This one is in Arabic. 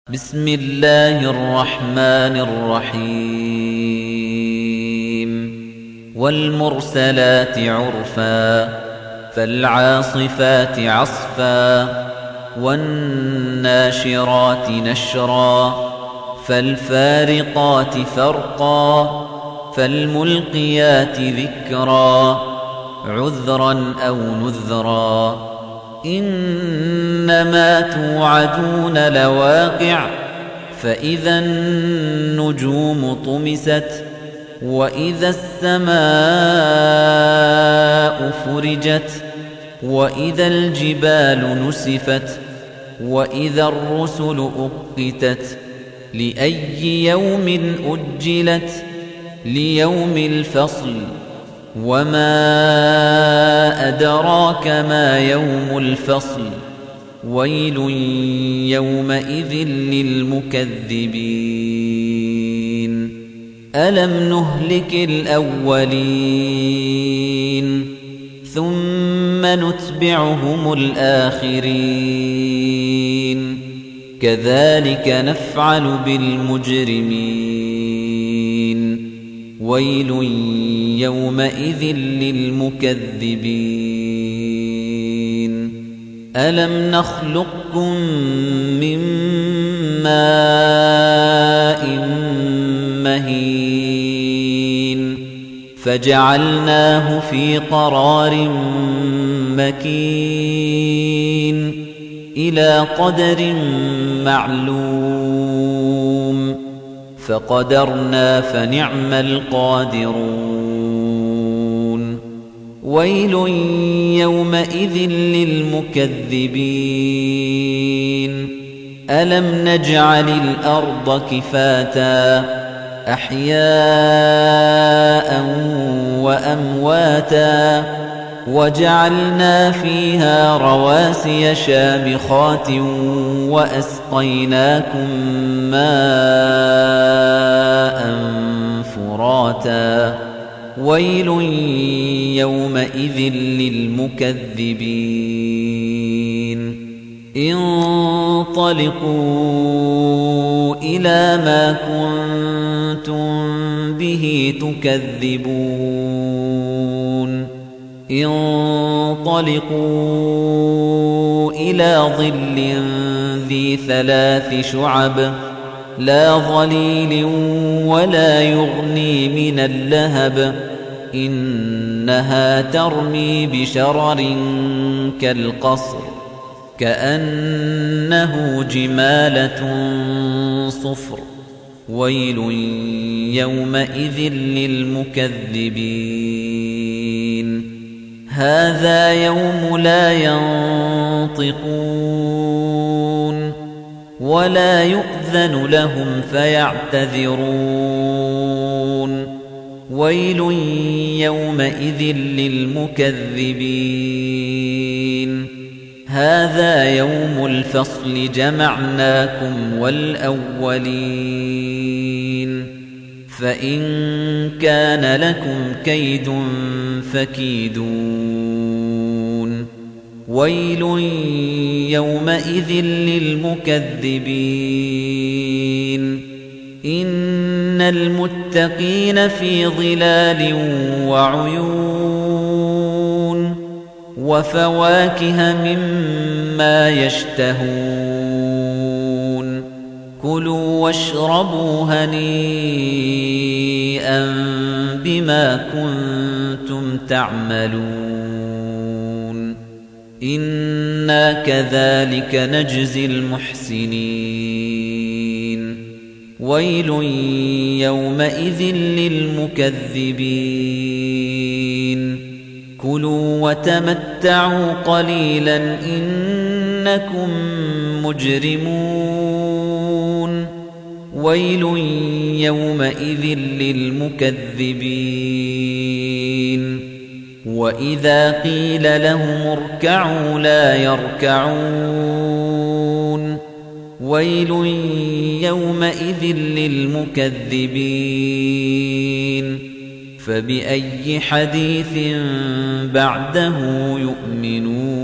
بسم الله الرحمن الرحيم والمرسلات عرفا فالعاصفات عصفا والناشرات نشرا فالفارقات فرقا فالملقيات ذكرا عذرا أو نذرا إنما توعدون لواقع فإذا النجوم طمست وإذا السماء فرجت وإذا الجبال نسفت وإذا الرسل أقتت لأي يوم أجلت ليوم الفصل وما أدراك ما يوم الفصل ويل يومئذ للمكذبين ألم نهلك الأولين ثم نتبعهم الآخرين كذلك نفعل بالمجرمين ويل يومئذ للمكذبين ألم نخلقكم من ماء مهين فجعلناه في قرار مكين إلى قدر معلوم فقدرنا فنعم القادرون ويل يومئذ للمكذبين ألم نجعل الأرض كفاتا أحياء وأمواتا وجعلنا فيها رواسي شامخات وأسقيناكم ماء فراتا ويل يومئذ للمكذبين انطلقوا إلى ما كنتم به تكذبون انطلقوا إلى ظل ذي 3 شعب لا ظليل ولا يغني من اللهب إنها ترمي بشرر كالقصر كأنه جمالة صفر ويل يومئذ للمكذبين هذا يوم لا ينطقون ولا يؤذن لهم فيعتذرون ويل يومئذ للمكذبين هذا يوم الفصل جمعناكم والأولين فإن كان لكم كيد فكيدون ويل يومئذ للمكذبين إن المتقين في ظلال وعيون وفواكه مما يشتهون كلوا واشربوا هنيئا بما كنتم تعملون إنا كذلك نجزي المحسنين ويل يومئذ للمكذبين كلوا وتمتعوا قليلا إنكم مجرمون ويل يومئذ للمكذبين وإذا قيل لهم اركعوا لا يركعون ويل يومئذ للمكذبين فبأي حديث بعده يؤمنون